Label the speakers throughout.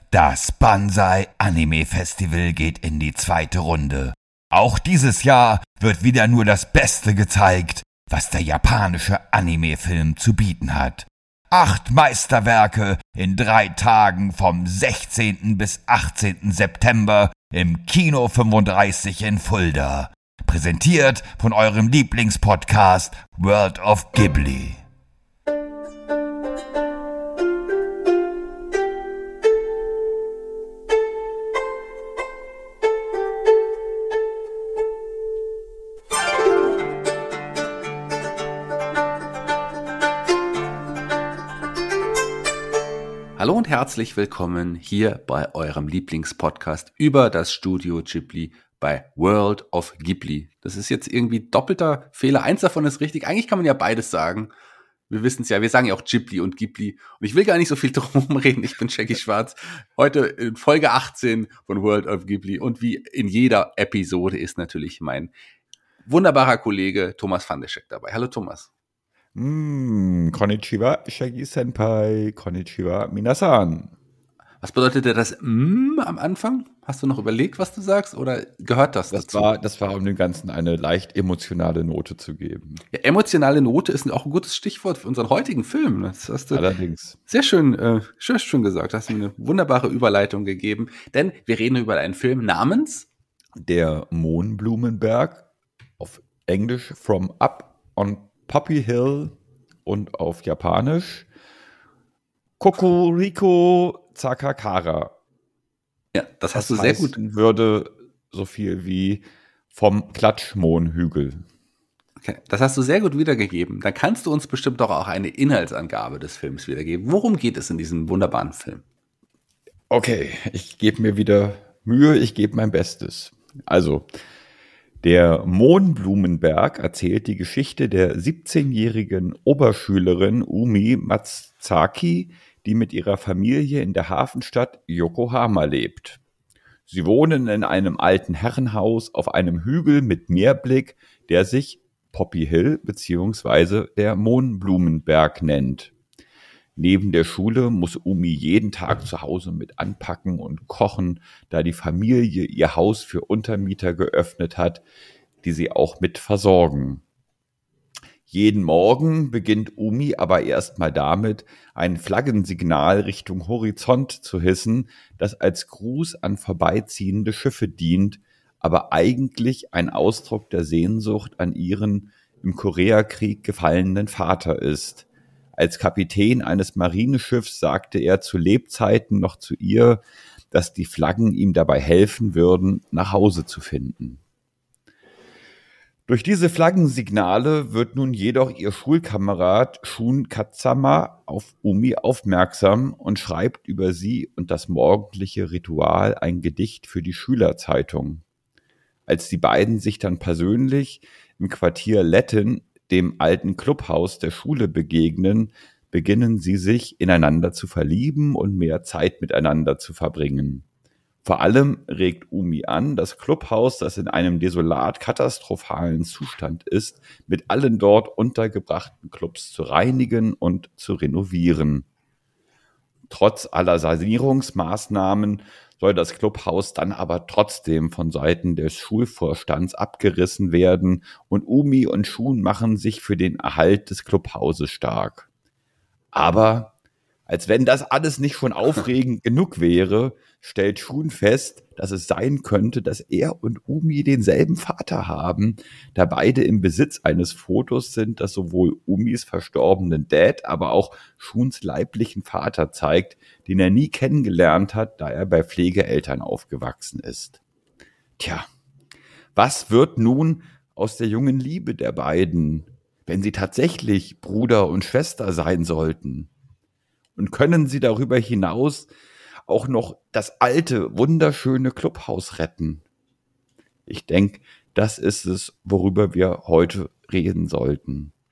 Speaker 1: Das Banzai Anime Festival geht in die zweite Runde. Auch dieses Jahr wird wieder nur das Beste gezeigt, was der japanische Anime-Film zu bieten hat. 8 Meisterwerke in 3 Tagen vom 16. bis 18. September im Kino 35 in Fulda. Präsentiert von eurem Lieblingspodcast World of Ghibli.
Speaker 2: Hallo und herzlich willkommen hier bei eurem Lieblingspodcast über das Studio Ghibli bei World of Ghibli. Das ist jetzt irgendwie doppelter Fehler. Eins davon ist richtig. Eigentlich kann man ja beides sagen. Wir wissen es ja, wir sagen ja auch Ghibli und Ghibli. Und ich will gar nicht so viel drum reden. Ich bin Jackie Schwarz. Heute in Folge 18 von World of Ghibli. Und wie in jeder Episode ist natürlich mein wunderbarer Kollege Thomas van der Scheck dabei. Hallo Thomas.
Speaker 3: Konnichiwa, Shaggy-senpai, konnichiwa, minasan.
Speaker 2: Was bedeutete das am Anfang? Hast du noch überlegt, was du sagst, oder gehört das dazu?
Speaker 3: Das war, um dem Ganzen eine leicht emotionale Note zu geben.
Speaker 2: Ja, emotionale Note ist auch ein gutes Stichwort für unseren heutigen Film. Das hast du
Speaker 3: allerdings
Speaker 2: sehr schön gesagt. Du hast mir eine wunderbare Überleitung gegeben, denn wir reden über einen Film namens
Speaker 3: Der Mohnblumenberg, auf Englisch From Up on Poppy Hill und auf Japanisch Kokuriko Sakakara.
Speaker 2: Ja, das hast du sehr gut.
Speaker 3: Würde so viel wie vom Klatschmohnhügel.
Speaker 2: Okay, das hast du sehr gut wiedergegeben. Dann kannst du uns bestimmt doch auch eine Inhaltsangabe des Films wiedergeben. Worum geht es in diesem wunderbaren Film?
Speaker 3: Okay, ich gebe mir wieder Mühe, ich gebe mein Bestes. Also, der Mohnblumenberg erzählt die Geschichte der 17-jährigen Oberschülerin Umi Matsuzaki, die mit ihrer Familie in der Hafenstadt Yokohama lebt. Sie wohnen in einem alten Herrenhaus auf einem Hügel mit Meerblick, der sich Poppy Hill bzw. der Mohnblumenberg nennt. Neben der Schule muss Umi jeden Tag zu Hause mit anpacken und kochen, da die Familie ihr Haus für Untermieter geöffnet hat, die sie auch mit versorgen. Jeden Morgen beginnt Umi aber erstmal damit, ein Flaggensignal Richtung Horizont zu hissen, das als Gruß an vorbeiziehende Schiffe dient, aber eigentlich ein Ausdruck der Sehnsucht an ihren im Koreakrieg gefallenen Vater ist. Als Kapitän eines Marineschiffs sagte er zu Lebzeiten noch zu ihr, dass die Flaggen ihm dabei helfen würden, nach Hause zu finden. Durch diese Flaggensignale wird nun jedoch ihr Schulkamerad Shun Katsama auf Umi aufmerksam und schreibt über sie und das morgendliche Ritual ein Gedicht für die Schülerzeitung. Als die beiden sich dann persönlich im Quartier Letten, dem alten Clubhaus der Schule, begegnen, beginnen sie sich ineinander zu verlieben und mehr Zeit miteinander zu verbringen. Vor allem regt Umi an, das Clubhaus, das in einem desolat katastrophalen Zustand ist, mit allen dort untergebrachten Clubs zu reinigen und zu renovieren. Trotz aller Sanierungsmaßnahmen soll das Clubhaus dann aber trotzdem von Seiten des Schulvorstands abgerissen werden und Umi und Shun machen sich für den Erhalt des Clubhauses stark. Aber als wenn das alles nicht schon aufregend genug wäre, stellt Shun fest, dass es sein könnte, dass er und Umi denselben Vater haben, da beide im Besitz eines Fotos sind, das sowohl Umis verstorbenen Dad, aber auch Shuns leiblichen Vater zeigt, den er nie kennengelernt hat, da er bei Pflegeeltern aufgewachsen ist. Tja, was wird nun aus der jungen Liebe der beiden, wenn sie tatsächlich Bruder und Schwester sein sollten? Und können sie darüber hinaus auch noch das alte, wunderschöne Clubhaus retten? Ich denke, das ist es, worüber wir heute reden sollten.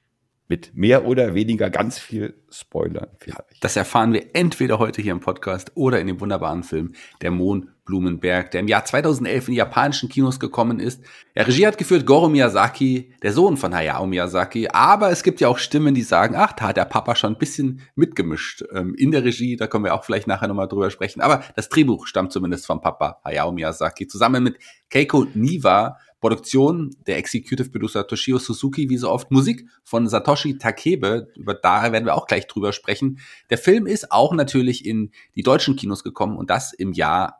Speaker 3: Mit mehr oder weniger ganz viel Spoilern vielleicht.
Speaker 2: Das erfahren wir entweder heute hier im Podcast oder in dem wunderbaren Film Der Mohnblumenberg, der im Jahr 2011 in die japanischen Kinos gekommen ist. Ja, Regie hat geführt Goro Miyazaki, der Sohn von Hayao Miyazaki. Aber es gibt ja auch Stimmen, die sagen, ach, da hat der Papa schon ein bisschen mitgemischt in der Regie. Da können wir auch vielleicht nachher nochmal drüber sprechen. Aber das Drehbuch stammt zumindest vom Papa Hayao Miyazaki. Zusammen mit Keiko Niwa. Produktion, der Executive Producer Toshio Suzuki, wie so oft. Musik von Satoshi Takebe, da werden wir auch gleich drüber sprechen. Der Film ist auch natürlich in die deutschen Kinos gekommen und das im Jahr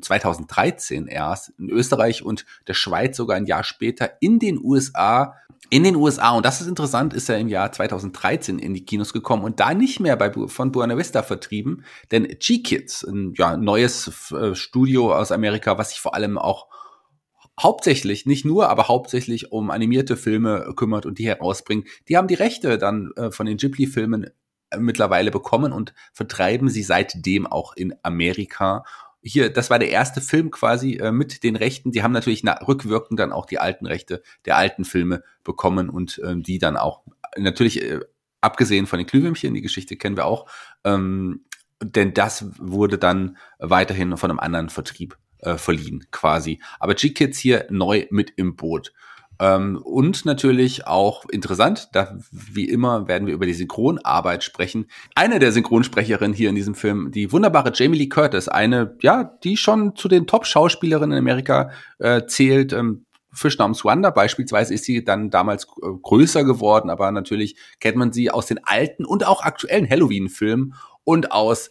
Speaker 2: 2013 erst. In Österreich und der Schweiz sogar ein Jahr später in den USA. Und das ist interessant, ist er im Jahr 2013 in die Kinos gekommen und da nicht mehr von Buena Vista vertrieben, denn G-Kids, ein neues Studio aus Amerika, was sich vor allem auch hauptsächlich, nicht nur, aber hauptsächlich um animierte Filme kümmert und die herausbringt. Die haben die Rechte dann von den Ghibli-Filmen mittlerweile bekommen und vertreiben sie seitdem auch in Amerika. Hier, das war der erste Film quasi mit den Rechten. Die haben natürlich rückwirkend dann auch die alten Rechte der alten Filme bekommen und die dann auch natürlich abgesehen von den Glühwürmchen, die Geschichte kennen wir auch, denn das wurde dann weiterhin von einem anderen Vertrieb verliehen quasi. Aber G-Kids hier neu mit im Boot. Und natürlich auch interessant, da wie immer werden wir über die Synchronarbeit sprechen. Eine der Synchronsprecherinnen hier in diesem Film, die wunderbare Jamie Lee Curtis, eine, ja, die schon zu den Top-Schauspielerinnen in Amerika zählt. Fish namens Wanda beispielsweise ist sie dann damals größer geworden, aber natürlich kennt man sie aus den alten und auch aktuellen Halloween-Filmen und aus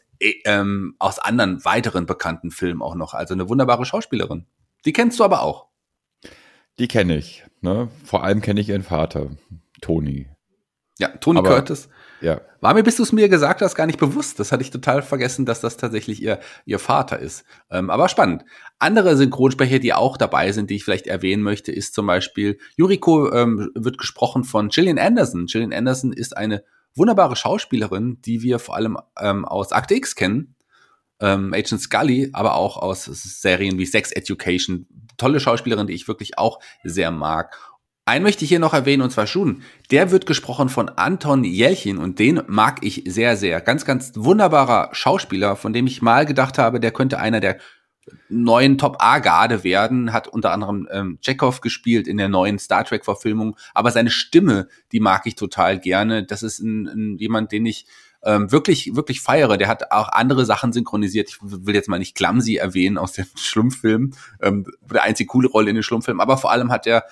Speaker 2: anderen weiteren bekannten Filmen auch noch. Also eine wunderbare Schauspielerin. Die kennst du aber auch.
Speaker 3: Die kenne ich. Ne? Vor allem kenne ich ihren Vater, Tony.
Speaker 2: Ja, Tony Curtis.
Speaker 3: Ja.
Speaker 2: War mir, bis du es mir gesagt hast, gar nicht bewusst. Das hatte ich total vergessen, dass das tatsächlich ihr Vater ist. Aber spannend. Andere Synchronsprecher, die auch dabei sind, die ich vielleicht erwähnen möchte, ist zum Beispiel Yuriko wird gesprochen von Gillian Anderson. Gillian Anderson ist eine wunderbare Schauspielerin, die wir vor allem aus Akte X kennen, Agent Scully, aber auch aus Serien wie Sex Education. Tolle Schauspielerin, die ich wirklich auch sehr mag. Einen möchte ich hier noch erwähnen, und zwar Shun. Der wird gesprochen von Anton Jelchin und den mag ich sehr, sehr. Ganz, ganz wunderbarer Schauspieler, von dem ich mal gedacht habe, der könnte einer der neuen Top-A-Garde werden, hat unter anderem Chekhov gespielt in der neuen Star Trek-Verfilmung, aber seine Stimme, die mag ich total gerne. Das ist jemand, den ich wirklich, wirklich feiere. Der hat auch andere Sachen synchronisiert. Ich will jetzt mal nicht Clumsy erwähnen aus den Schlumpffilmen, der einzige coole Rolle in den Schlumpffilmen, aber vor allem hat er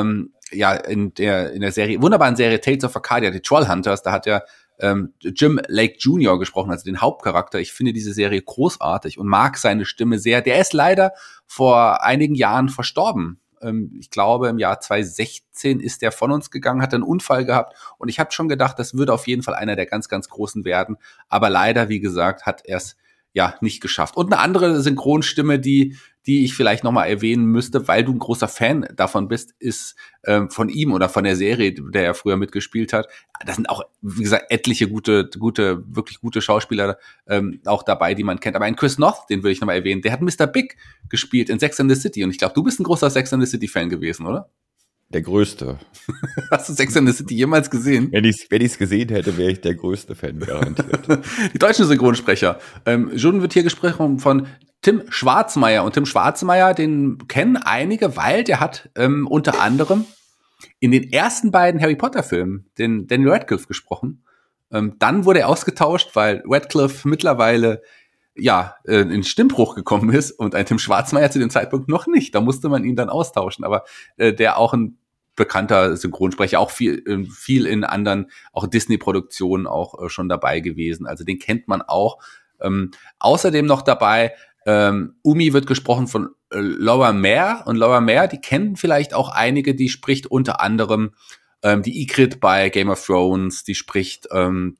Speaker 2: in der Serie, wunderbaren Serie Tales of Arcadia, die Trollhunters, da hat er Jim Lake Jr. gesprochen, also den Hauptcharakter. Ich finde diese Serie großartig und mag seine Stimme sehr. Der ist leider vor einigen Jahren verstorben. Ich glaube, im Jahr 2016 ist der von uns gegangen, hat einen Unfall gehabt und ich habe schon gedacht, das würde auf jeden Fall einer der ganz, ganz Großen werden. Aber leider, wie gesagt, hat er es ja nicht geschafft. Und eine andere Synchronstimme, die ich vielleicht nochmal erwähnen müsste, weil du ein großer Fan davon bist, ist von ihm oder von der Serie, der er früher mitgespielt hat. Da sind auch, wie gesagt, etliche wirklich gute Schauspieler auch dabei, die man kennt. Aber ein Chris Noth, den will ich nochmal erwähnen, der hat Mr. Big gespielt in Sex and the City. Und ich glaube, du bist ein großer Sex and the City-Fan gewesen, oder?
Speaker 3: Der größte.
Speaker 2: Hast du Sex and the City jemals gesehen?
Speaker 3: Wenn ich's gesehen hätte, wäre ich der größte Fan, garantiert.
Speaker 2: Die deutschen Synchronsprecher. Jun wird hier gesprochen von Tim Schwarzmeier. Und Tim Schwarzmeier, den kennen einige, weil der hat unter anderem in den ersten beiden Harry Potter-Filmen den Daniel Radcliffe gesprochen. Dann wurde er ausgetauscht, weil Radcliffe mittlerweile in Stimmbruch gekommen ist und ein Tim Schwarzmeier zu dem Zeitpunkt noch nicht. Da musste man ihn dann austauschen. Aber der auch ein bekannter Synchronsprecher, auch viel in anderen, auch Disney-Produktionen auch schon dabei gewesen. Also den kennt man auch. Außerdem noch dabei, Umi wird gesprochen von Laura Mehr. Und Laura Mehr, die kennen vielleicht auch einige, die spricht unter anderem die Ygritte bei Game of Thrones, die spricht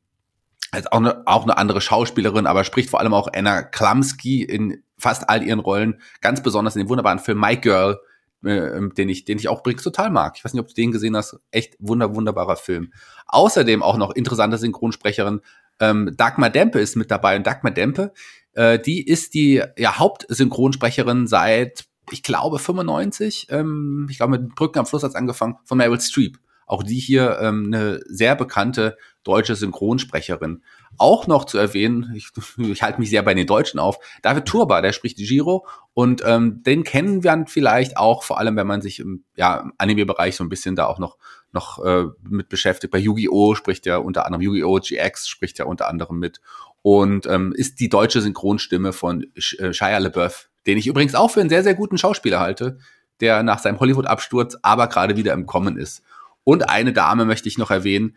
Speaker 2: also auch eine andere Schauspielerin, aber spricht vor allem auch Anna Klumsky in fast all ihren Rollen, ganz besonders in dem wunderbaren Film My Girl, den ich auch übrigens total mag. Ich weiß nicht, ob du den gesehen hast. Echt wunderbarer Film. Außerdem auch noch interessante Synchronsprecherin Dagmar Dempe ist mit dabei. Und Dagmar Dempe, die ist die Hauptsynchronsprecherin seit, ich glaube, 95. Ich glaube, mit Brücken am Fluss hat's angefangen, von Meryl Streep. Auch die hier eine sehr bekannte deutsche Synchronsprecherin. Auch noch zu erwähnen, ich halte mich sehr bei den Deutschen auf, David Turba, der spricht Jiro und den kennen wir vielleicht auch, vor allem wenn man sich im Anime-Bereich so ein bisschen da auch noch mit beschäftigt. Bei Yu-Gi-Oh! Spricht er unter anderem, Yu-Gi-Oh! GX spricht er unter anderem mit und ist die deutsche Synchronstimme von Shia LaBeouf, den ich übrigens auch für einen sehr, sehr guten Schauspieler halte, der nach seinem Hollywood-Absturz aber gerade wieder im Kommen ist. Und eine Dame möchte ich noch erwähnen,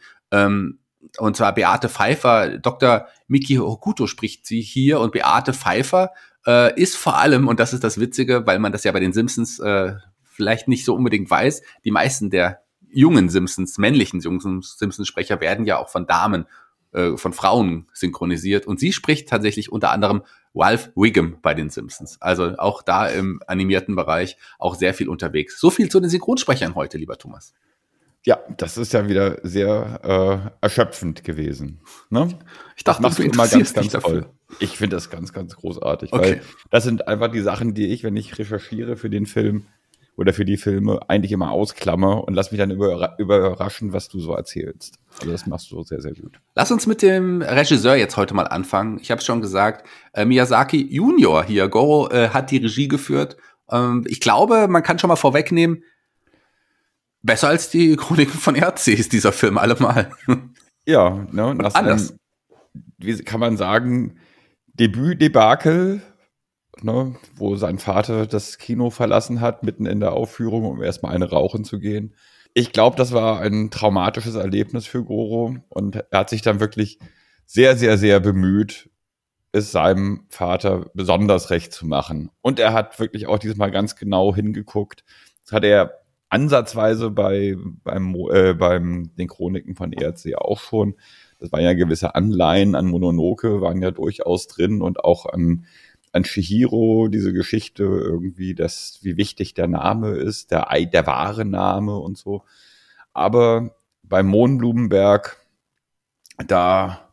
Speaker 2: und zwar Beate Pfeiffer. Dr. Miki Hokuto spricht sie hier und Beate Pfeiffer ist vor allem, und das ist das Witzige, weil man das ja bei den Simpsons vielleicht nicht so unbedingt weiß, die meisten der jungen Simpsons, männlichen Simpsons-Sprecher werden ja auch von Damen, von Frauen synchronisiert. Und sie spricht tatsächlich unter anderem Ralph Wiggum bei den Simpsons. Also auch da im animierten Bereich auch sehr viel unterwegs. So viel zu den Synchronsprechern heute, lieber Thomas.
Speaker 3: Ja, das ist ja wieder sehr erschöpfend gewesen. Ne?
Speaker 2: Ich dachte,
Speaker 3: das machst du immer ganz toll.
Speaker 2: Dafür.
Speaker 3: Ich finde das ganz, ganz großartig,
Speaker 2: Okay.
Speaker 3: weil das sind einfach die Sachen, die ich, wenn ich recherchiere für den Film oder für die Filme, eigentlich immer ausklammer und lass mich dann überraschen, was du so erzählst. Also das machst du sehr, sehr gut.
Speaker 2: Lass uns mit dem Regisseur jetzt heute mal anfangen. Ich habe es schon gesagt, Miyazaki Junior hier, Goro, hat die Regie geführt. Ich glaube, man kann schon mal vorwegnehmen, besser als die Chroniken von Erdsee ist dieser Film allemal.
Speaker 3: Ja, ne, nach
Speaker 2: anders.
Speaker 3: Wie kann man sagen, Debütdebakel, ne, wo sein Vater das Kino verlassen hat, mitten in der Aufführung, um erstmal eine rauchen zu gehen. Ich glaube, das war ein traumatisches Erlebnis für Goro und er hat sich dann wirklich sehr, sehr, sehr bemüht, es seinem Vater besonders recht zu machen. Und er hat wirklich auch diesmal ganz genau hingeguckt. Das hat er ansatzweise beim den Chroniken von Erdsee auch schon. Das waren ja gewisse Anleihen an Mononoke, waren ja durchaus drin und auch an Chihiro, diese Geschichte irgendwie, wie wichtig der Name ist, der wahre Name und so. Aber beim Mohnblumenberg, da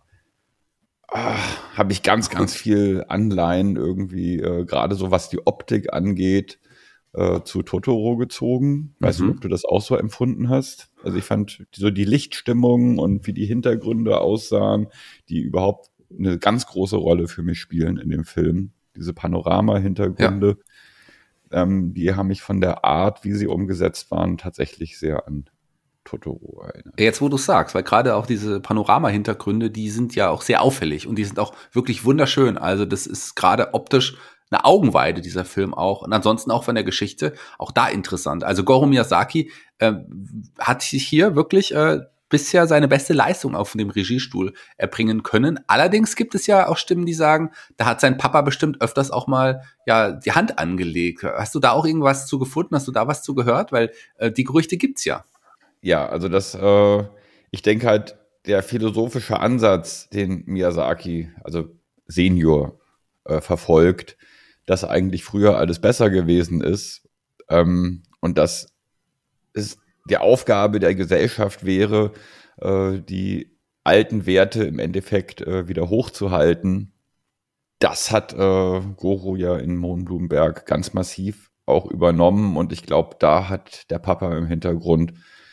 Speaker 3: habe ich ganz, ganz viel Anleihen irgendwie, gerade so was die Optik angeht, zu Totoro gezogen. Weiß nicht, ob du das auch so empfunden hast. Also ich fand so die Lichtstimmung und wie die Hintergründe aussahen, die überhaupt eine ganz große Rolle für mich spielen in dem Film. Diese Panorama-Hintergründe, die haben mich von der Art, wie sie umgesetzt waren, tatsächlich sehr an Totoro erinnert.
Speaker 2: Jetzt, wo du es sagst, weil gerade auch diese Panorama-Hintergründe, die sind ja auch sehr auffällig und die sind auch wirklich wunderschön. Also das ist gerade optisch eine Augenweide, dieser Film auch. Und ansonsten auch von der Geschichte, auch da interessant. Also Goro Miyazaki hat sich hier wirklich bisher seine beste Leistung auf dem Regiestuhl erbringen können. Allerdings gibt es ja auch Stimmen, die sagen, da hat sein Papa bestimmt öfters auch mal die Hand angelegt. Hast du da auch irgendwas zu gefunden? Hast du da was zu gehört? Weil die Gerüchte gibt's ja.
Speaker 3: Ja, also ich denke halt, der philosophische Ansatz, den Miyazaki, also Senior, verfolgt, dass eigentlich früher alles besser gewesen ist und dass es die Aufgabe der Gesellschaft wäre, die alten Werte im Endeffekt wieder hochzuhalten. Das hat Goro ja in Mohnblumenberg ganz massiv auch übernommen und ich glaube, da hat der Papa im Hintergrund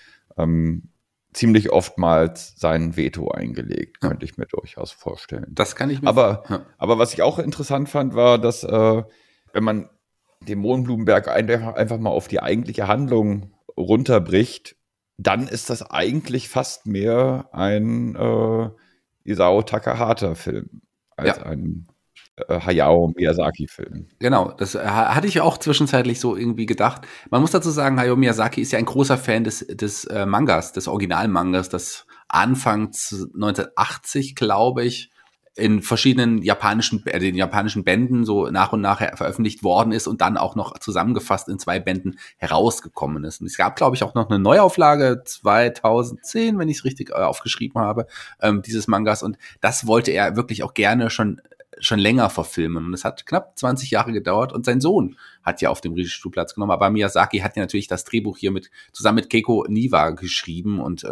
Speaker 3: ziemlich oftmals sein Veto eingelegt, könnte ich mir durchaus vorstellen.
Speaker 2: Das kann ich mir
Speaker 3: Aber was ich auch interessant fand, war, dass wenn man den Mohnblumenberg einfach mal auf die eigentliche Handlung runterbricht, dann ist das eigentlich fast mehr ein Isao Takahata-Film als ein Hayao Miyazaki-Film.
Speaker 2: Genau, das hatte ich auch zwischenzeitlich so irgendwie gedacht. Man muss dazu sagen, Hayao Miyazaki ist ja ein großer Fan des Mangas, des Originalmangas, das anfangs 1980, glaube ich, in verschiedenen den japanischen Bänden so nach und nach veröffentlicht worden ist und dann auch noch zusammengefasst in 2 Bänden herausgekommen ist. Und es gab, glaube ich, auch noch eine Neuauflage 2010, wenn ich es richtig aufgeschrieben habe, dieses Mangas. Und das wollte er wirklich auch gerne schon länger verfilmen. Und es hat knapp 20 Jahre gedauert und sein Sohn hat ja auf dem Regiestuhl Platz genommen. Aber Miyazaki hat ja natürlich das Drehbuch hier zusammen mit Keiko Niwa geschrieben und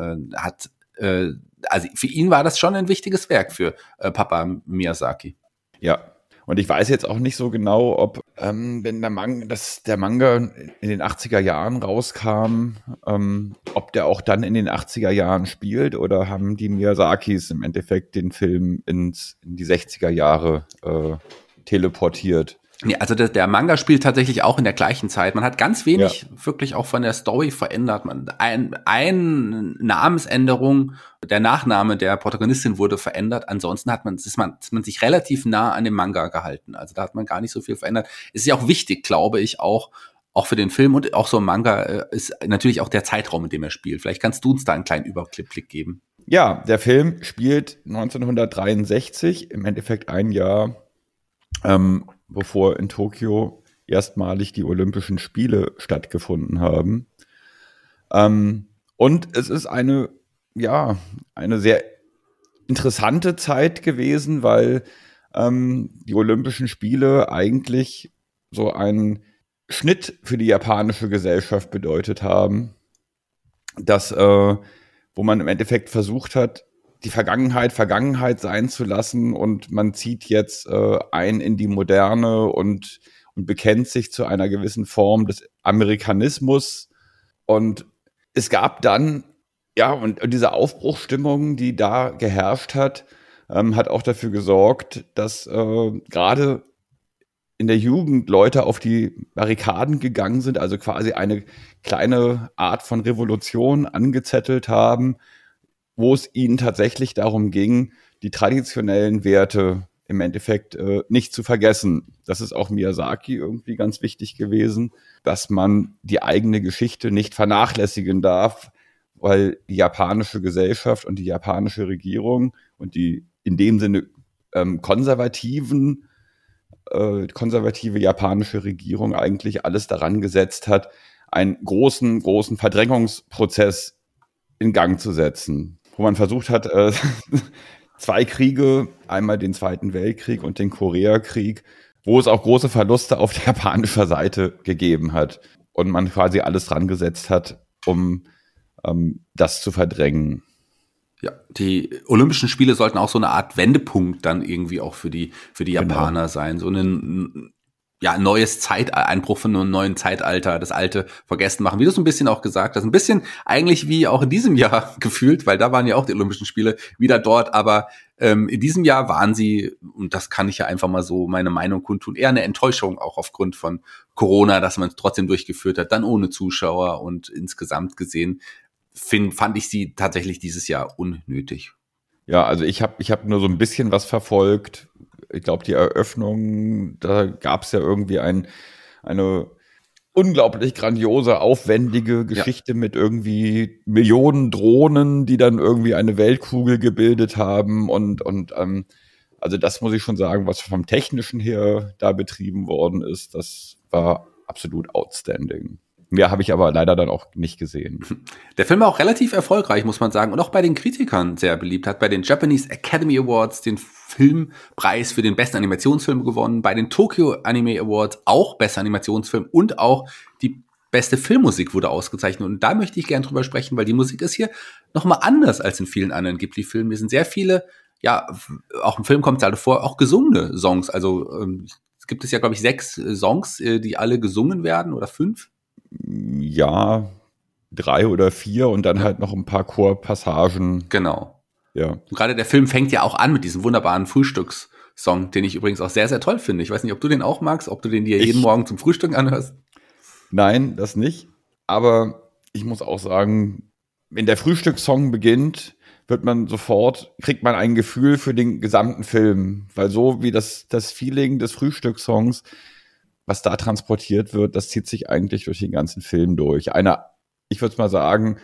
Speaker 2: also für ihn war das schon ein wichtiges Werk für Papa Miyazaki.
Speaker 3: Ja, Und ich weiß jetzt auch nicht so genau, ob wenn der Manga in den 80er Jahren rauskam, ob der auch dann in den 80er Jahren spielt oder haben die Miyazakis im Endeffekt den Film in die 60er Jahre teleportiert.
Speaker 2: Nee, also der Manga spielt tatsächlich auch in der gleichen Zeit. Man hat ganz wenig wirklich auch von der Story verändert. Eine Namensänderung, der Nachname der Protagonistin wurde verändert. Ansonsten ist man sich relativ nah an dem Manga gehalten. Also da hat man gar nicht so viel verändert. Es ist ja auch wichtig, glaube ich, auch für den Film und auch so ein Manga ist natürlich auch der Zeitraum, in dem er spielt. Vielleicht kannst du uns da einen kleinen Überblick geben.
Speaker 3: Ja, der Film spielt 1963, im Endeffekt ein Jahr bevor in Tokio erstmalig die Olympischen Spiele stattgefunden haben. Und es ist eine sehr interessante Zeit gewesen, weil die Olympischen Spiele eigentlich so einen Schnitt für die japanische Gesellschaft bedeutet haben, wo man im Endeffekt versucht hat, die Vergangenheit sein zu lassen und man zieht jetzt ein in die Moderne und bekennt sich zu einer gewissen Form des Amerikanismus. Und es gab dann, und diese Aufbruchsstimmung, die da geherrscht hat, hat auch dafür gesorgt, dass gerade in der Jugend Leute auf die Barrikaden gegangen sind, also quasi eine kleine Art von Revolution angezettelt haben, wo es ihnen tatsächlich darum ging, die traditionellen Werte im Endeffekt nicht zu vergessen. Das ist auch Miyazaki irgendwie ganz wichtig gewesen, dass man die eigene Geschichte nicht vernachlässigen darf, weil die japanische Gesellschaft und die japanische Regierung und die in dem Sinne konservative japanische Regierung eigentlich alles daran gesetzt hat, einen großen Verdrängungsprozess in Gang zu setzen, wo man versucht hat, zwei Kriege, einmal den Zweiten Weltkrieg und den Koreakrieg, wo es auch große Verluste auf der japanischen Seite gegeben hat und man quasi alles dran gesetzt hat, um das zu verdrängen.
Speaker 2: Ja, die Olympischen Spiele sollten auch so eine Art Wendepunkt dann irgendwie auch für die Japaner sein. So ein neues Einbruch von einem neuen Zeitalter, das Alte vergessen machen. Wie du so ein bisschen auch gesagt hast, ein bisschen eigentlich wie auch in diesem Jahr gefühlt, weil da waren ja auch die Olympischen Spiele wieder dort, aber in diesem Jahr waren sie, und das kann ich ja einfach mal so meine Meinung kundtun, eher eine Enttäuschung, auch aufgrund von Corona, dass man es trotzdem durchgeführt hat, dann ohne Zuschauer und insgesamt gesehen fand ich sie tatsächlich dieses Jahr unnötig.
Speaker 3: Ja, also ich hab nur so ein bisschen was verfolgt. Ich glaube, die Eröffnung, da gab es ja irgendwie eine unglaublich grandiose, aufwendige Geschichte mit irgendwie Millionen Drohnen, die dann irgendwie eine Weltkugel gebildet haben und also das muss ich schon sagen, was vom Technischen her da betrieben worden ist, das war absolut outstanding. Mehr habe ich aber leider dann auch nicht gesehen.
Speaker 2: Der Film war auch relativ erfolgreich, muss man sagen, und auch bei den Kritikern sehr beliebt. Hat bei den Japanese Academy Awards den Filmpreis für den besten Animationsfilm gewonnen, bei den Tokyo Anime Awards auch bester Animationsfilm und auch die beste Filmmusik wurde ausgezeichnet. Und da möchte ich gerne drüber sprechen, weil die Musik ist hier nochmal anders als in vielen anderen Ghibli-Filmen. Hier sind sehr viele, auch im Film kommt es halt vor, auch gesungene Songs. Also es gibt ja, glaube ich, 6 Songs, die alle gesungen werden oder 5.
Speaker 3: Ja, 3 oder 4 und dann halt noch ein paar Chorpassagen.
Speaker 2: Genau.
Speaker 3: Ja.
Speaker 2: Und gerade der Film fängt ja auch an mit diesem wunderbaren Frühstückssong, den ich übrigens auch sehr, sehr toll finde. Ich weiß nicht, ob du den auch magst, ob du den dir jeden Morgen zum Frühstück anhörst.
Speaker 3: Nein, das nicht. Aber ich muss auch sagen, wenn der Frühstückssong beginnt, kriegt man ein Gefühl für den gesamten Film. Weil so wie das Feeling des Frühstückssongs, was da transportiert wird, das zieht sich eigentlich durch den ganzen Film durch. Ich würde mal sagen,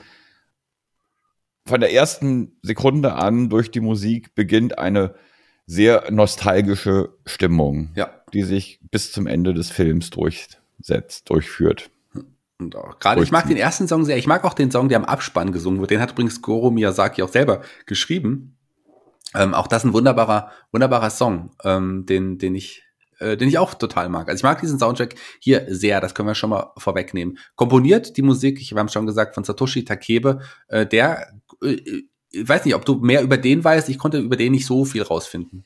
Speaker 3: von der ersten Sekunde an durch die Musik beginnt eine sehr nostalgische Stimmung, die sich bis zum Ende des Films durchführt.
Speaker 2: Und auch gerade, ich mag den ersten Song sehr. Ich mag auch den Song, der am Abspann gesungen wird. Den hat übrigens Goro Miyazaki auch selber geschrieben. Auch das ein wunderbarer Song, den ich auch total mag. Also ich mag diesen Soundtrack hier sehr, das können wir schon mal vorwegnehmen. Komponiert die Musik, wir haben es schon gesagt, von Satoshi Takebe, ich weiß nicht, ob du mehr über den weißt, ich konnte über den nicht so viel rausfinden.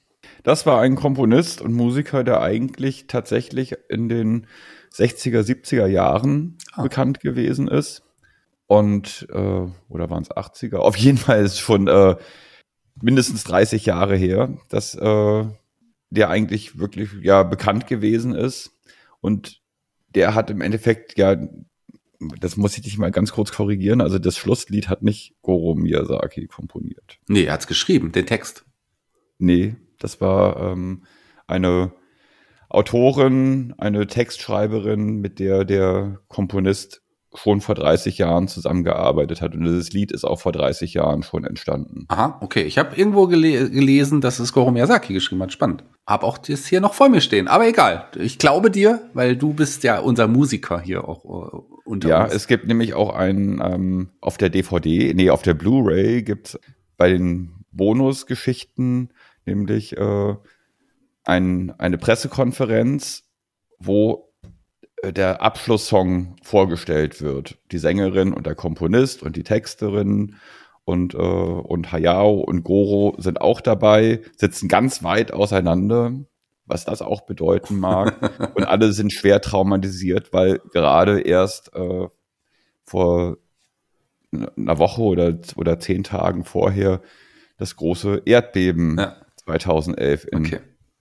Speaker 3: Das war ein Komponist und Musiker, der eigentlich tatsächlich in den 60er, 70er Jahren bekannt gewesen ist. Und, oder waren es 80er? Auf jeden Fall ist schon mindestens 30 Jahre her, dass der eigentlich wirklich ja bekannt gewesen ist. Und der hat im Endeffekt, ja, das muss ich dich mal ganz kurz korrigieren, also das Schlusslied hat nicht Goro Miyazaki komponiert.
Speaker 2: Nee, er hat's geschrieben, den Text.
Speaker 3: Nee, das war eine Autorin, eine Textschreiberin, mit der Komponist schon vor 30 Jahren zusammengearbeitet hat. Und dieses Lied ist auch vor 30 Jahren schon entstanden.
Speaker 2: Aha, okay. Ich habe irgendwo gelesen, dass es Goro Miyazaki geschrieben hat. Spannend. Hab auch das hier noch vor mir stehen. Aber egal. Ich glaube dir, weil du bist ja unser Musiker hier auch unter uns.
Speaker 3: Ja, es gibt nämlich auch einen auf der DVD, auf der Blu-ray gibt's bei den Bonusgeschichten nämlich eine Pressekonferenz, wo der Abschlusssong vorgestellt wird. Die Sängerin und der Komponist und die Texterin und Hayao und Goro sind auch dabei, sitzen ganz weit auseinander, was das auch bedeuten mag. Und alle sind schwer traumatisiert, weil gerade erst vor einer Woche oder 10 Tagen vorher das große Erdbeben 2011 in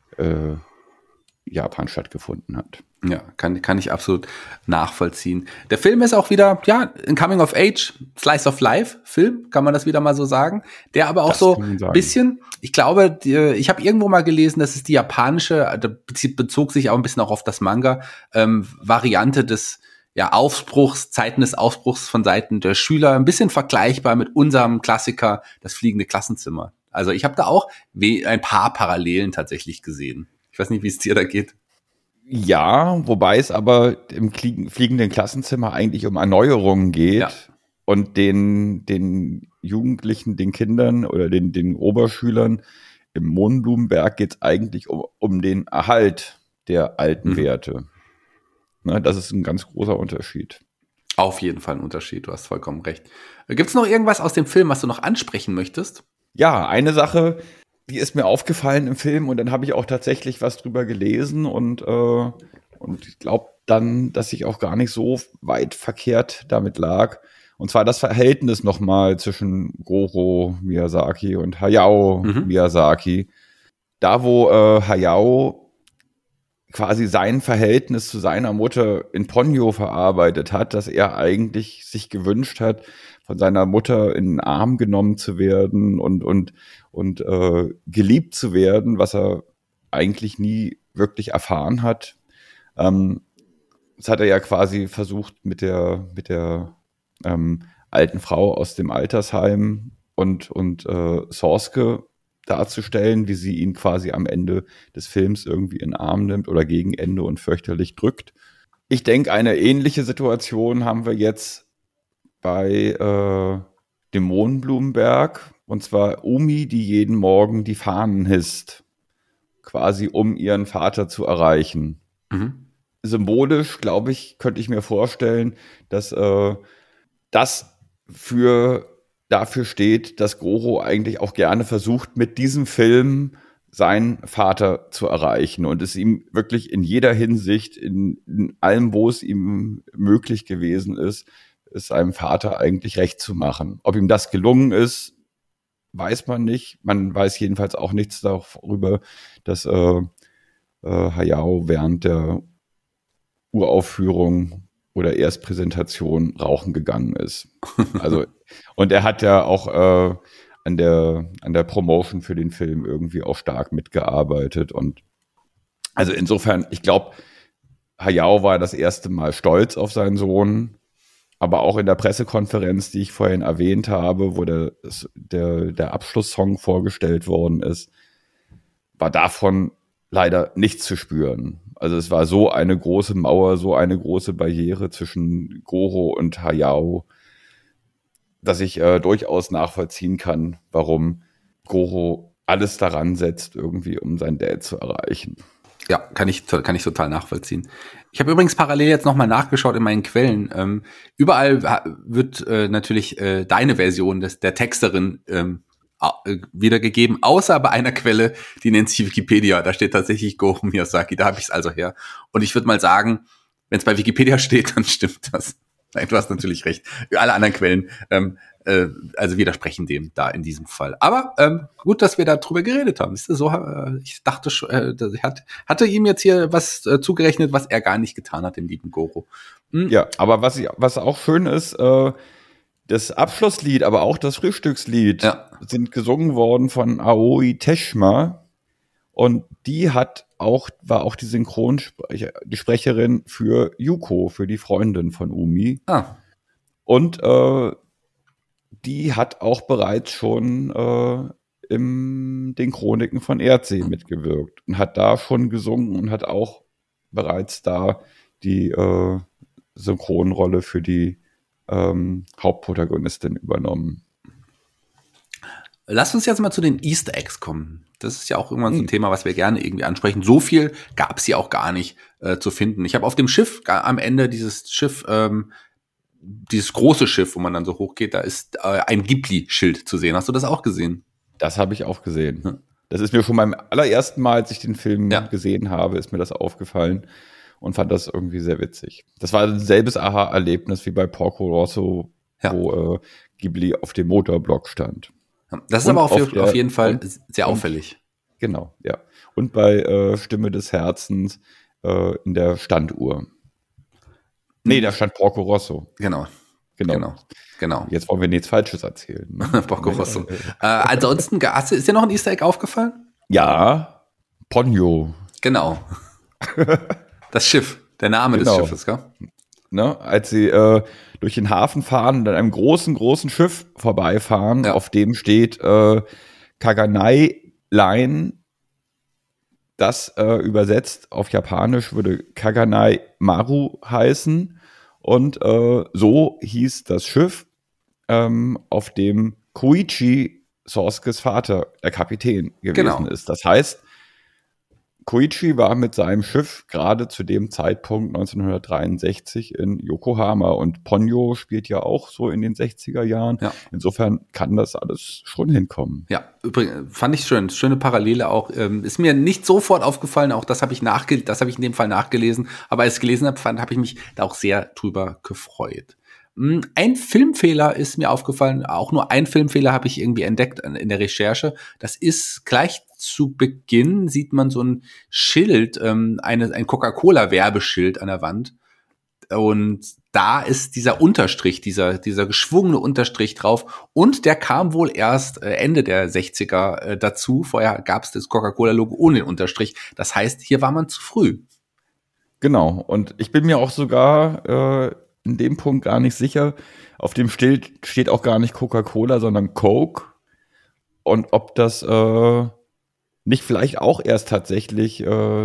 Speaker 3: Japan stattgefunden hat.
Speaker 2: Ja, kann ich absolut nachvollziehen. Der Film ist auch wieder, ja, ein Coming-of-Age, Slice-of-Life-Film, kann man das wieder mal so sagen. Der aber auch das so ein bisschen, ich glaube, ich habe irgendwo mal gelesen, dass es die japanische, bezog sich auch ein bisschen auch auf das Manga, Variante des Zeiten des Aufbruchs von Seiten der Schüler, ein bisschen vergleichbar mit unserem Klassiker, das fliegende Klassenzimmer. Also ich habe da auch ein paar Parallelen tatsächlich gesehen. Ich weiß nicht, wie es dir da geht.
Speaker 3: Ja, wobei es aber im fliegenden Klassenzimmer eigentlich um Erneuerungen geht und den Jugendlichen, den Kindern oder den Oberschülern im Mohnblumenberg geht es eigentlich um den Erhalt der alten Werte. Ne, das ist ein ganz großer Unterschied.
Speaker 2: Auf jeden Fall ein Unterschied, du hast vollkommen recht. Gibt es noch irgendwas aus dem Film, was du noch ansprechen möchtest?
Speaker 3: Ja, eine Sache, die ist mir aufgefallen im Film und dann habe ich auch tatsächlich was drüber gelesen und ich glaube dann, dass ich auch gar nicht so weit verkehrt damit lag. Und zwar das Verhältnis nochmal zwischen Goro Miyazaki und Hayao Miyazaki. Da, wo Hayao quasi sein Verhältnis zu seiner Mutter in Ponyo verarbeitet hat, dass er eigentlich sich gewünscht hat, von seiner Mutter in den Arm genommen zu werden und geliebt zu werden, was er eigentlich nie wirklich erfahren hat. Das hat er ja quasi versucht mit der alten Frau aus dem Altersheim und Sorske darzustellen, wie sie ihn quasi am Ende des Films irgendwie in den Arm nimmt oder gegen Ende und fürchterlich drückt. Ich denke, eine ähnliche Situation haben wir jetzt bei dem Mohnblumenberg, und zwar Umi, die jeden Morgen die Fahnen hisst, quasi um ihren Vater zu erreichen. Symbolisch, glaube ich, könnte ich mir vorstellen, dass das dafür steht, dass Goro eigentlich auch gerne versucht, mit diesem Film seinen Vater zu erreichen und es ihm wirklich in jeder Hinsicht, in allem, wo es ihm möglich gewesen ist, es seinem Vater eigentlich recht zu machen. Ob ihm das gelungen ist, weiß man nicht. Man weiß jedenfalls auch nichts darüber, dass Hayao während der Uraufführung oder Erstpräsentation rauchen gegangen ist. Also, und er hat ja auch an der Promotion für den Film irgendwie auch stark mitgearbeitet. Und also insofern, ich glaube, Hayao war das erste Mal stolz auf seinen Sohn, aber auch in der Pressekonferenz, die ich vorhin erwähnt habe, wo der Abschlusssong vorgestellt worden ist, war davon leider nichts zu spüren. Also es war so eine große Mauer, so eine große Barriere zwischen Goro und Hayao, dass ich durchaus nachvollziehen kann, warum Goro alles daran setzt, irgendwie um seinen Dad zu erreichen.
Speaker 2: Ja, kann ich total nachvollziehen. Ich habe übrigens parallel jetzt nochmal nachgeschaut in meinen Quellen. Überall wird natürlich deine Version der Texterin wiedergegeben, außer bei einer Quelle, die nennt sich Wikipedia. Da steht tatsächlich Goro Miyazaki, da habe ich es also her. Und ich würde mal sagen, wenn es bei Wikipedia steht, dann stimmt das. Nein, du hast natürlich recht. Alle anderen Quellen also widersprechen dem da in diesem Fall. Aber gut, dass wir da drüber geredet haben. Ist das so? Ich dachte schon, hatte ihm jetzt hier was zugerechnet, was er gar nicht getan hat, dem lieben Goro.
Speaker 3: Ja, aber was auch schön ist, das Abschlusslied, aber auch das Frühstückslied sind gesungen worden von Aoi Teshima. Und die war auch die die Sprecherin für Yuko, für die Freundin von Umi. Und die hat auch bereits schon in den Chroniken von Erdsee mitgewirkt und hat da schon gesungen und hat auch bereits da die Synchronrolle für die Hauptprotagonistin übernommen.
Speaker 2: Lass uns jetzt mal zu den Easter Eggs kommen. Das ist ja auch irgendwann so ein Thema, was wir gerne irgendwie ansprechen. So viel gab es ja auch gar nicht zu finden. Ich habe auf dem Schiff, am Ende dieses große Schiff, wo man dann so hochgeht, da ist ein Ghibli-Schild zu sehen. Hast du das auch gesehen?
Speaker 3: Das habe ich auch gesehen. Ja. Das ist mir schon beim allerersten Mal, als ich den Film gesehen habe, ist mir das aufgefallen und fand das irgendwie sehr witzig. Das war ein selbes Aha-Erlebnis wie bei Porco Rosso, wo Ghibli auf dem Motorblock stand.
Speaker 2: Das ist aber auf jeden Fall sehr auffällig.
Speaker 3: Genau, ja. Und bei Stimme des Herzens in der Standuhr. Nee, da stand Porco Rosso.
Speaker 2: Genau.
Speaker 3: Jetzt wollen wir nichts Falsches erzählen. Ne?
Speaker 2: Porco Rosso. Ansonsten, ist dir noch ein Easter Egg aufgefallen?
Speaker 3: Ja, Ponyo.
Speaker 2: Genau. Das Schiff, der Name des Schiffes, gell?
Speaker 3: Ne, als sie durch den Hafen fahren und an einem großen Schiff vorbeifahren, auf dem steht Kaganai Line. Das übersetzt auf Japanisch würde Kaganai Maru heißen. Und so hieß das Schiff, auf dem Koichi, Soskes Vater, der Kapitän gewesen ist. Das heißt, Koichi war mit seinem Schiff gerade zu dem Zeitpunkt 1963 in Yokohama und Ponyo spielt ja auch so in den 60er Jahren. Ja. Insofern kann das alles schon hinkommen.
Speaker 2: Ja, übrigens fand ich schön. Schöne Parallele auch. Ist mir nicht sofort aufgefallen, auch das habe ich in dem Fall nachgelesen. Aber als ich es gelesen habe, habe ich mich da auch sehr drüber gefreut. Ein Filmfehler ist mir aufgefallen, auch nur ein Filmfehler habe ich irgendwie entdeckt in der Recherche. Das ist gleich zu Beginn, sieht man so ein Schild, ein Coca-Cola-Werbeschild an der Wand. Und da ist dieser Unterstrich, dieser geschwungene Unterstrich drauf. Und der kam wohl erst Ende der 60er dazu. Vorher gab es das Coca-Cola-Logo ohne den Unterstrich. Das heißt, hier war man zu früh.
Speaker 3: Genau. Und ich bin mir auch sogar in dem Punkt gar nicht sicher. Auf dem Schild steht auch gar nicht Coca-Cola, sondern Coke. Und ob das nicht vielleicht auch erst tatsächlich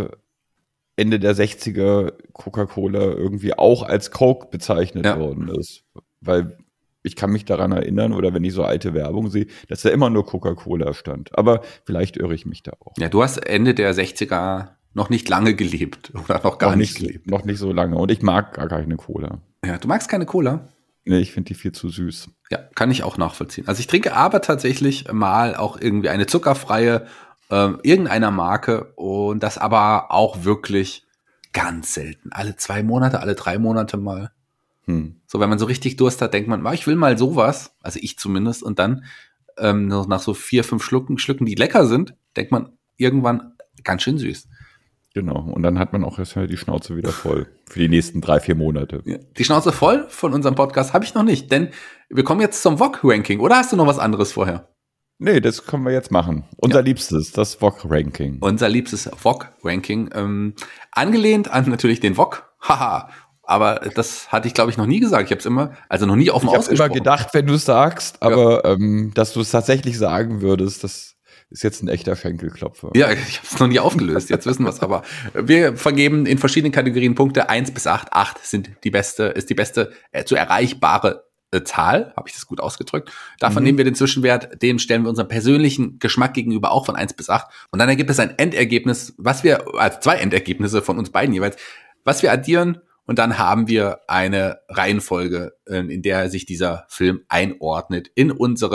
Speaker 3: Ende der 60er Coca-Cola irgendwie auch als Coke bezeichnet worden ist. Weil ich kann mich daran erinnern, oder wenn ich so alte Werbung sehe, dass da immer nur Coca-Cola stand. Aber vielleicht irre ich mich da auch.
Speaker 2: Ja, du hast Ende der 60er noch nicht lange gelebt oder noch gar nicht gelebt.
Speaker 3: Noch nicht so lange. Und ich mag gar keine Cola.
Speaker 2: Ja, du magst keine Cola?
Speaker 3: Nee, ich finde die viel zu süß.
Speaker 2: Ja, kann ich auch nachvollziehen. Also ich trinke aber tatsächlich mal auch irgendwie eine zuckerfreie irgendeiner Marke und das aber auch wirklich ganz selten. Alle 2 Monate, alle 3 Monate mal. So, wenn man so richtig Durst hat, denkt man, ich will mal sowas, also ich zumindest, und dann nach so 4, 5 Schlücken, die lecker sind, denkt man irgendwann ganz schön süß.
Speaker 3: Genau, und dann hat man auch erstmal die Schnauze wieder voll für die nächsten 3, 4 Monate.
Speaker 2: Ja. Die Schnauze voll von unserem Podcast habe ich noch nicht, denn wir kommen jetzt zum VOG-Ranking. Oder hast du noch was anderes vorher?
Speaker 3: Nee, das können wir jetzt machen. Unser liebstes, das VOG-Ranking.
Speaker 2: Unser liebstes VOG-Ranking. Angelehnt an natürlich den VOG. Haha. Aber das hatte ich, glaube ich, noch nie gesagt. Ich habe es noch nie offen ausgesprochen.
Speaker 3: Ich habe immer gedacht, wenn du es sagst, aber dass du es tatsächlich sagen würdest, das ist jetzt ein echter Schenkelklopfer.
Speaker 2: Ja, ich habe es noch nie aufgelöst. Jetzt wissen wir es aber. Wir vergeben in verschiedenen Kategorien Punkte 1 bis 8. 8 ist die beste zu erreichbare Zahl. Habe ich das gut ausgedrückt? Davon nehmen wir den Zwischenwert, dem stellen wir unseren persönlichen Geschmack gegenüber auch von 1 bis 8. Und dann ergibt es ein Endergebnis, also 2 Endergebnisse von uns beiden jeweils, was wir addieren. Und dann haben wir eine Reihenfolge, in der sich dieser Film einordnet in unsere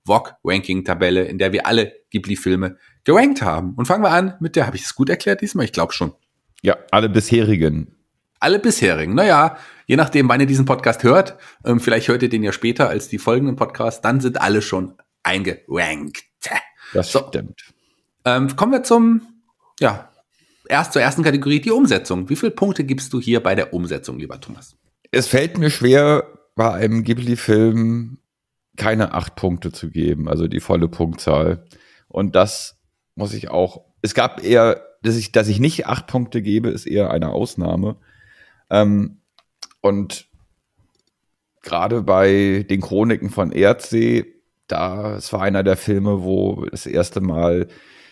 Speaker 2: VOG-Ranking-Tabelle, in der wir alle Ghibli-Filme gerankt haben. Und fangen wir an mit der, habe ich es gut erklärt diesmal? Ich glaube schon.
Speaker 3: Ja, alle bisherigen.
Speaker 2: Alle bisherigen. Naja, je nachdem, wann ihr diesen Podcast hört, vielleicht hört ihr den ja später als die folgenden Podcasts, dann sind alle schon eingerankt.
Speaker 3: Das stimmt.
Speaker 2: Kommen wir zur ersten Kategorie, die Umsetzung. Wie viele Punkte gibst du hier bei der Umsetzung, lieber Thomas?
Speaker 3: Es fällt mir schwer, bei einem Ghibli-Film keine 8 Punkte zu geben, also die volle Punktzahl. Und das muss ich auch, es gab eher, dass ich nicht 8 Punkte gebe, ist eher eine Ausnahme. Und gerade bei den Chroniken von Erdsee, es war einer der Filme, wo das erste Mal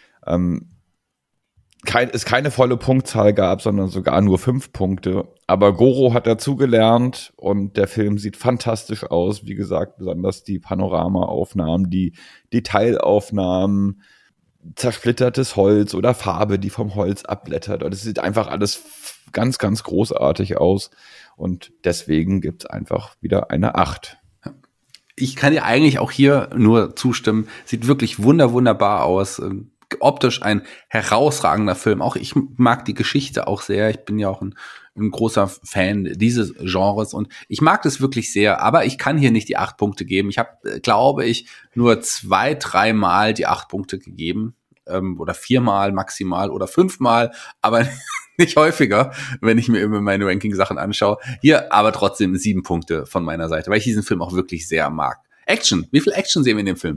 Speaker 3: es keine volle Punktzahl gab, sondern sogar nur 5 Punkte. Aber Goro hat dazugelernt und der Film sieht fantastisch aus. Wie gesagt, besonders die Panoramaaufnahmen, die Detailaufnahmen, zersplittertes Holz oder Farbe, die vom Holz abblättert. Und es sieht einfach alles ganz, ganz großartig aus. Und deswegen gibt's einfach wieder eine 8.
Speaker 2: Ich kann dir eigentlich auch hier nur zustimmen. Sieht wirklich wunderbar aus. Optisch ein herausragender Film. Auch ich mag die Geschichte auch sehr. Ich bin ja auch ein großer Fan dieses Genres und ich mag das wirklich sehr. Aber ich kann hier nicht die 8 Punkte geben. Ich habe, glaube ich, nur 2-3 Mal die 8 Punkte gegeben. Oder 4 Mal maximal oder 5 Mal. Aber nicht häufiger, wenn ich mir immer meine Ranking-Sachen anschaue. Hier aber trotzdem 7 Punkte von meiner Seite, weil ich diesen Film auch wirklich sehr mag. Action. Wie viel Action sehen wir in dem Film?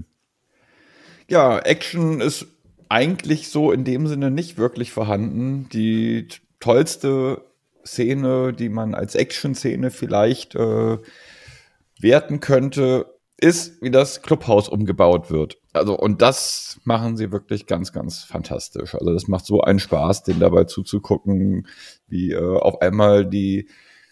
Speaker 3: Ja, Action ist eigentlich so in dem Sinne nicht wirklich vorhanden. Die tollste Szene, die man als Action-Szene vielleicht werten könnte, ist, wie das Clubhaus umgebaut wird. Also, und das machen sie wirklich ganz, ganz fantastisch. Also, das macht so einen Spaß, den dabei zuzugucken, wie auf einmal die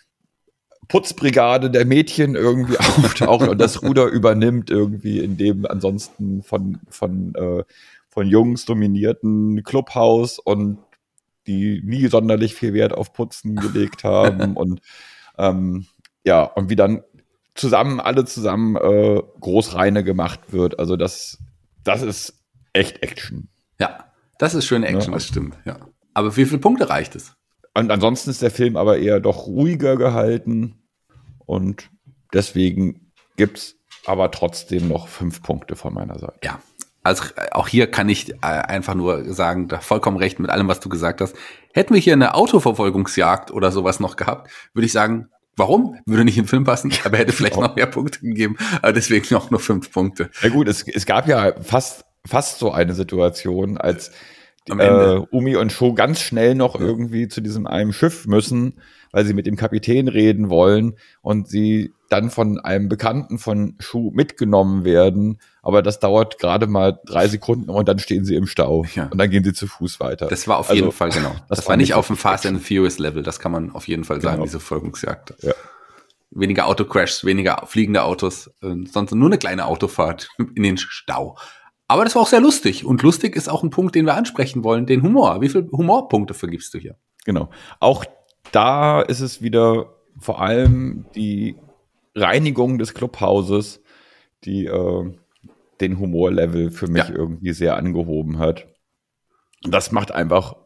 Speaker 3: Putzbrigade der Mädchen irgendwie auftaucht und das Ruder übernimmt irgendwie, in dem ansonsten von Jungs dominierten Clubhaus und die nie sonderlich viel Wert auf Putzen gelegt haben und und wie dann alle zusammen Großreine gemacht wird. Also das ist echt Action.
Speaker 2: Ja, das ist schöne Action, das stimmt. Ja. Aber wie viele Punkte reicht es?
Speaker 3: Und ansonsten ist der Film aber eher doch ruhiger gehalten und deswegen gibt's aber trotzdem noch 5 Punkte von meiner Seite.
Speaker 2: Ja, also auch hier kann ich einfach nur sagen, da vollkommen recht mit allem, was du gesagt hast. Hätten wir hier eine Autoverfolgungsjagd oder sowas noch gehabt, würde ich sagen, warum? Würde nicht im Film passen, aber hätte vielleicht noch mehr Punkte gegeben, aber deswegen auch nur 5 Punkte.
Speaker 3: Ja gut, es gab ja fast so eine Situation, als Umi und Sho ganz schnell noch irgendwie zu diesem einen Schiff müssen, weil sie mit dem Kapitän reden wollen und sie dann von einem Bekannten von Sho mitgenommen werden, aber das dauert gerade mal 3 Sekunden und dann stehen sie im Stau und dann gehen sie zu Fuß weiter.
Speaker 2: Das war auf jeden Fall, genau. Das war nicht auf dem Fast and Furious Level, das kann man auf jeden Fall sagen, diese Verfolgungsjagd. Ja. Weniger Autocrashs, weniger fliegende Autos, sonst nur eine kleine Autofahrt in den Stau. Aber das war auch sehr lustig. Und lustig ist auch ein Punkt, den wir ansprechen wollen, den Humor. Wie viele Humorpunkte vergibst du hier?
Speaker 3: Genau. Auch da ist es wieder vor allem die Reinigung des Clubhauses, die den Humorlevel für mich irgendwie sehr angehoben hat. Das macht einfach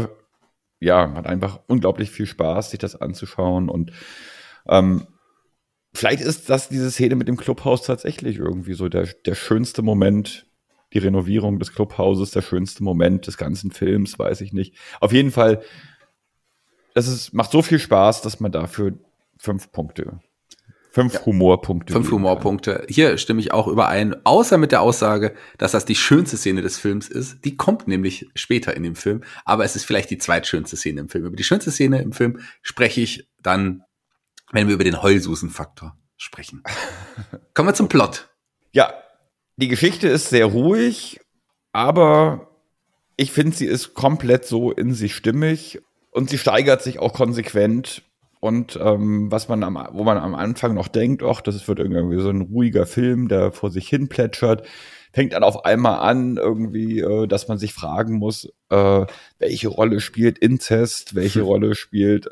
Speaker 3: unglaublich viel Spaß, sich das anzuschauen. Und vielleicht ist diese Szene mit dem Clubhaus tatsächlich irgendwie so der schönste Moment, die Renovierung des Clubhauses, der schönste Moment des ganzen Films, weiß ich nicht. Auf jeden Fall, macht so viel Spaß, dass man dafür 5 Humorpunkte.
Speaker 2: 5 Humorpunkte. Hier stimme ich auch überein, außer mit der Aussage, dass das die schönste Szene des Films ist. Die kommt nämlich später in dem Film, aber es ist vielleicht die zweitschönste Szene im Film. Über die schönste Szene im Film spreche ich dann, wenn wir über den Heulsusen-Faktor sprechen. Kommen wir zum Plot.
Speaker 3: Ja, die Geschichte ist sehr ruhig, aber ich finde, sie ist komplett so in sich stimmig und sie steigert sich auch konsequent. Und wo man am Anfang noch denkt, das wird irgendwie so ein ruhiger Film, der vor sich hin plätschert, fängt dann auf einmal an, irgendwie, dass man sich fragen muss, welche Rolle spielt Inzest, welche Rolle spielt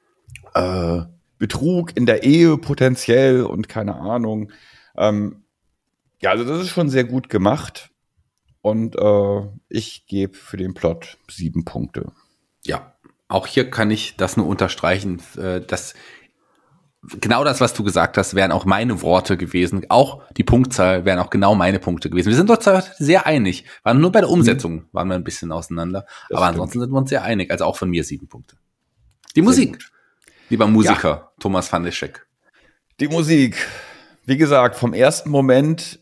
Speaker 3: Betrug in der Ehe potenziell und keine Ahnung. Ja, also das ist schon sehr gut gemacht. Und ich gebe für den Plot 7 Punkte.
Speaker 2: Ja, auch hier kann ich das nur unterstreichen, dass genau das, was du gesagt hast, wären auch meine Worte gewesen. Auch die Punktzahl wären auch genau meine Punkte gewesen. Wir sind uns sehr einig. Waren nur bei der Umsetzung waren wir ein bisschen auseinander.
Speaker 3: Das
Speaker 2: aber
Speaker 3: stimmt.
Speaker 2: ansonsten sind wir uns sehr einig. Also auch von mir 7 Punkte. Die Musik, lieber Musiker, Thomas van der Scheck.
Speaker 3: Die Musik, wie gesagt, vom ersten Moment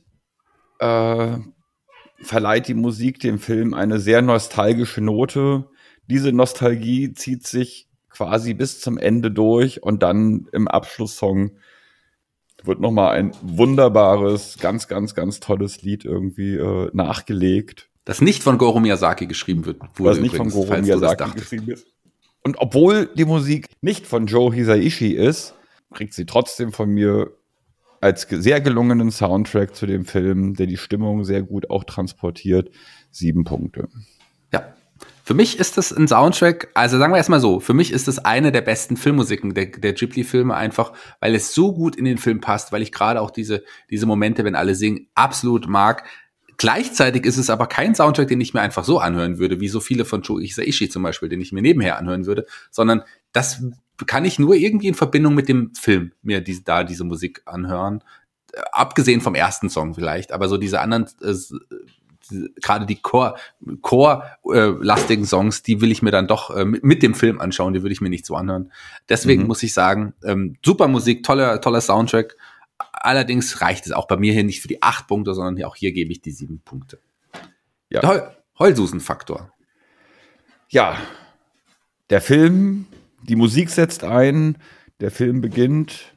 Speaker 3: verleiht die Musik dem Film eine sehr nostalgische Note. Diese Nostalgie zieht sich quasi bis zum Ende durch und dann im Abschlusssong wird nochmal ein wunderbares, ganz, ganz, ganz tolles Lied irgendwie nachgelegt.
Speaker 2: Das nicht von Goro Miyazaki geschrieben wurde.
Speaker 3: Was nicht von Goro Miyazaki geschrieben ist. Und obwohl die Musik nicht von Joe Hisaishi ist, kriegt sie trotzdem von mir als sehr gelungenen Soundtrack zu dem Film, der die Stimmung sehr gut auch transportiert, 7 Punkte.
Speaker 2: Ja. Für mich ist das ein Soundtrack, also sagen wir erstmal so, für mich ist das eine der besten Filmmusiken der Ghibli-Filme einfach, weil es so gut in den Film passt, weil ich gerade auch diese Momente, wenn alle singen, absolut mag. Gleichzeitig ist es aber kein Soundtrack, den ich mir einfach so anhören würde, wie so viele von Joe Hisaishi zum Beispiel, den ich mir nebenher anhören würde, sondern das kann ich nur irgendwie in Verbindung mit dem Film mir diese Musik anhören. Abgesehen vom ersten Song vielleicht, aber so diese anderen gerade die Chor-lastigen Songs, die will ich mir dann doch mit dem Film anschauen, die würde ich mir nicht so anhören. Deswegen muss ich sagen, super Musik, toller Soundtrack. Allerdings reicht es auch bei mir hier nicht für die 8 Punkte, sondern auch hier gebe ich die 7 Punkte.
Speaker 3: Ja.
Speaker 2: Der Heulsusen-Faktor.
Speaker 3: Ja, der Film, die Musik setzt ein, der Film beginnt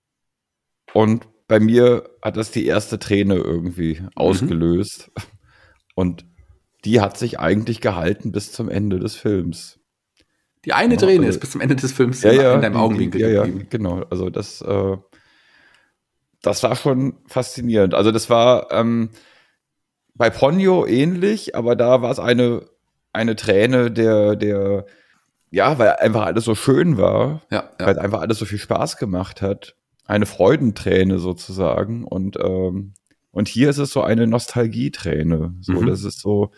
Speaker 3: und bei mir hat das die erste Träne irgendwie ausgelöst. Und die hat sich eigentlich gehalten bis zum Ende des Films.
Speaker 2: Die eine Träne ist bis zum Ende des Films in deinem Augenwinkel geblieben.
Speaker 3: Ja, genau. Also das war schon faszinierend. Also das war bei Ponyo ähnlich, aber da war es eine Träne der weil einfach alles so schön war, weil einfach alles so viel Spaß gemacht hat. Eine Freudenträne sozusagen. Und hier ist es so eine Nostalgieträne. So, das ist so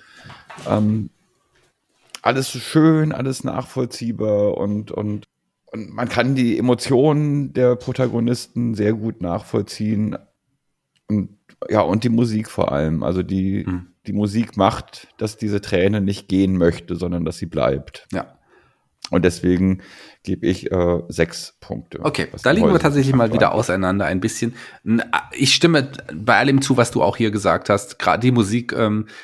Speaker 3: alles so schön, alles nachvollziehbar und man kann die Emotionen der Protagonisten sehr gut nachvollziehen. Und die Musik vor allem. Also die Musik macht, dass diese Träne nicht gehen möchte, sondern dass sie bleibt.
Speaker 2: Ja.
Speaker 3: Und deswegen gebe ich 6 Punkte.
Speaker 2: Okay, da liegen wir tatsächlich mal wieder auseinander ein bisschen. Ich stimme bei allem zu, was du auch hier gesagt hast. Gerade die Musik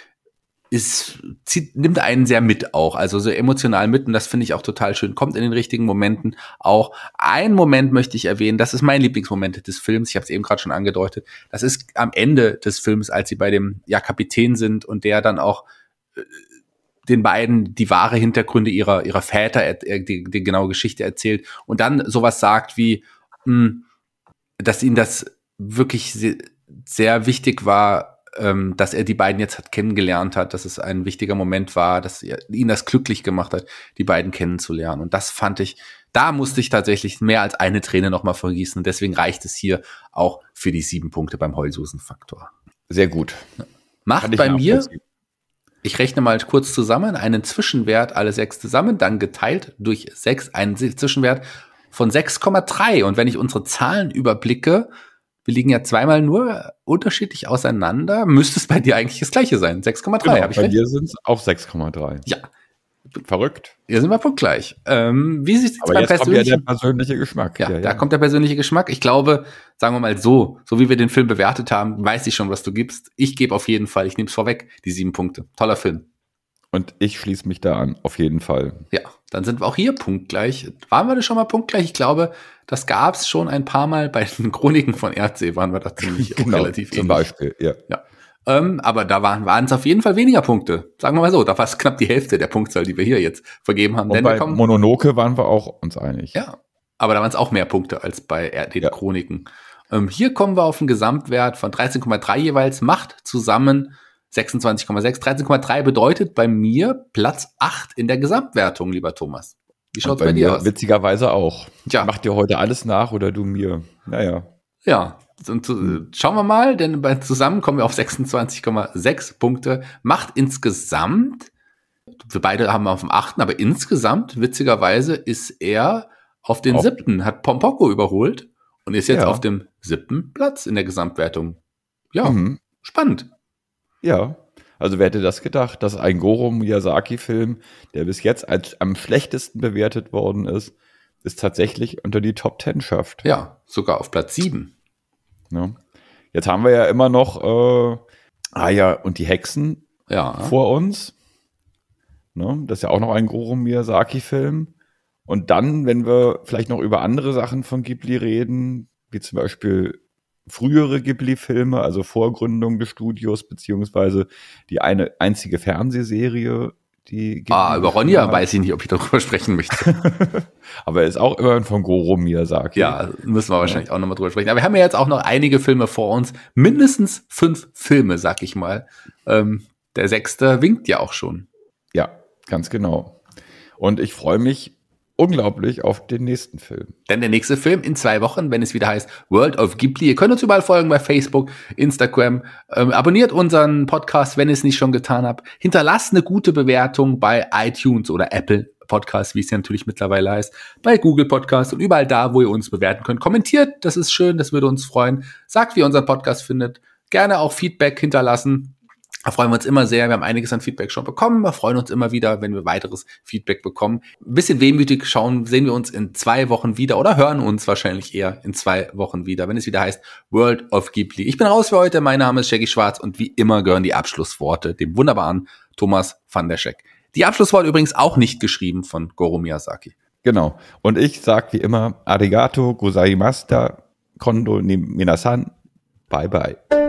Speaker 2: nimmt einen sehr mit auch, also so emotional mit, und das finde ich auch total schön, kommt in den richtigen Momenten auch. Einen Moment möchte ich erwähnen, das ist mein Lieblingsmoment des Films, ich habe es eben gerade schon angedeutet, das ist am Ende des Films, als sie bei dem Kapitän sind und der dann auch den beiden die wahre Hintergründe ihrer Väter, die genaue Geschichte erzählt und dann sowas sagt wie, dass ihm das wirklich sehr, sehr wichtig war, dass er die beiden jetzt kennengelernt hat, dass es ein wichtiger Moment war, dass ihn das glücklich gemacht hat, die beiden kennenzulernen. Und das fand ich, da musste ich tatsächlich mehr als eine Träne nochmal vergießen. Und deswegen reicht es hier auch für die 7 Punkte beim Heulsusen-Faktor.
Speaker 3: Sehr gut.
Speaker 2: Macht bei mir, ich rechne mal kurz zusammen, einen Zwischenwert alle 6 zusammen, dann geteilt durch 6, einen Zwischenwert von 6,3. Und wenn ich unsere Zahlen überblicke, wir liegen ja zweimal nur unterschiedlich auseinander, müsste es bei dir eigentlich das gleiche sein. 6,3,
Speaker 3: genau,
Speaker 2: habe ich
Speaker 3: bei
Speaker 2: recht?
Speaker 3: dir sind es auch 6,3.
Speaker 2: Ja.
Speaker 3: Verrückt.
Speaker 2: Hier sind wir punktgleich. Wie sieht es beim
Speaker 3: jetzt kommt ja der persönliche Geschmack.
Speaker 2: Ja, da kommt der persönliche Geschmack. Ich glaube, sagen wir mal so wie wir den Film bewertet haben, weiß ich schon, was du gibst. Ich gebe auf jeden Fall, ich nehme es vorweg, die 7 Punkte. Toller Film.
Speaker 3: Und ich schließe mich da an, auf jeden Fall.
Speaker 2: Ja, dann sind wir auch hier punktgleich. Waren wir da schon mal punktgleich? Ich glaube, das gab es schon ein paar Mal bei den Chroniken von Erdsee, waren wir da ziemlich relativ ähnlich.
Speaker 3: Zum Beispiel, ja.
Speaker 2: Aber da waren es auf jeden Fall weniger Punkte. Sagen wir mal so, da war es knapp die Hälfte der Punktzahl, die wir hier jetzt vergeben haben.
Speaker 3: Und bei Mononoke waren wir auch uns einig.
Speaker 2: Ja, aber da waren es auch mehr Punkte als bei den Chroniken. Hier kommen wir auf einen Gesamtwert von 13,3 jeweils, macht zusammen 26,6. 13,3 bedeutet bei mir Platz 8 in der Gesamtwertung, lieber Thomas. Wie schaut's bei dir aus?
Speaker 3: Witzigerweise auch.
Speaker 2: Tja.
Speaker 3: Macht dir heute alles nach oder du mir? Naja.
Speaker 2: Ja, und schauen wir mal, denn zusammen kommen wir auf 26,6 Punkte. Macht insgesamt, wir beide haben auf dem 8., aber insgesamt, witzigerweise, ist er auf den 7., hat Pompoko überholt und ist jetzt auf dem 7. Platz in der Gesamtwertung. Ja, spannend.
Speaker 3: Ja, also wer hätte das gedacht, dass ein Goro Miyazaki-Film, der bis jetzt als am schlechtesten bewertet worden ist, es tatsächlich unter die Top 10 schafft.
Speaker 2: Ja, sogar auf Platz 7.
Speaker 3: Ja. Jetzt haben wir ja immer noch und die Hexen vor uns. Ne? Das ist ja auch noch ein Goro Miyazaki-Film. Und dann, wenn wir vielleicht noch über andere Sachen von Ghibli reden, wie zum Beispiel frühere Ghibli-Filme, also Vorgründung des Studios, beziehungsweise die einzige Fernsehserie, die Ghibli
Speaker 2: über Ronja weiß ich nicht, ob ich darüber sprechen möchte.
Speaker 3: Aber er ist auch immerhin von Goro Miyazaki.
Speaker 2: Ja, müssen wir wahrscheinlich auch nochmal drüber sprechen. Aber wir haben ja jetzt auch noch einige Filme vor uns. Mindestens 5 Filme, sag ich mal. Der 6. winkt ja auch schon.
Speaker 3: Ja, ganz genau. Und ich freue mich unglaublich auf den nächsten Film.
Speaker 2: Denn der nächste Film in 2 Wochen, wenn es wieder heißt World of Ghibli. Ihr könnt uns überall folgen bei Facebook, Instagram. Abonniert unseren Podcast, wenn ihr es nicht schon getan habt. Hinterlasst eine gute Bewertung bei iTunes oder Apple Podcast, wie es ja natürlich mittlerweile heißt, bei Google Podcast und überall da, wo ihr uns bewerten könnt. Kommentiert, das ist schön, das würde uns freuen. Sagt, wie ihr unseren Podcast findet. Gerne auch Feedback hinterlassen. Da freuen wir uns immer sehr. Wir haben einiges an Feedback schon bekommen. Wir freuen uns immer wieder, wenn wir weiteres Feedback bekommen. Ein bisschen wehmütig sehen wir uns in 2 Wochen wieder oder hören uns wahrscheinlich eher in 2 Wochen wieder, wenn es wieder heißt World of Ghibli. Ich bin raus für heute. Mein Name ist Shaggy Schwarz und wie immer gehören die Abschlussworte dem wunderbaren Thomas van der Scheck. Die Abschlussworte übrigens auch nicht geschrieben von Goro Miyazaki.
Speaker 3: Genau. Und ich sage wie immer Arigato gozaimashita, kondo ni minasan, bye bye.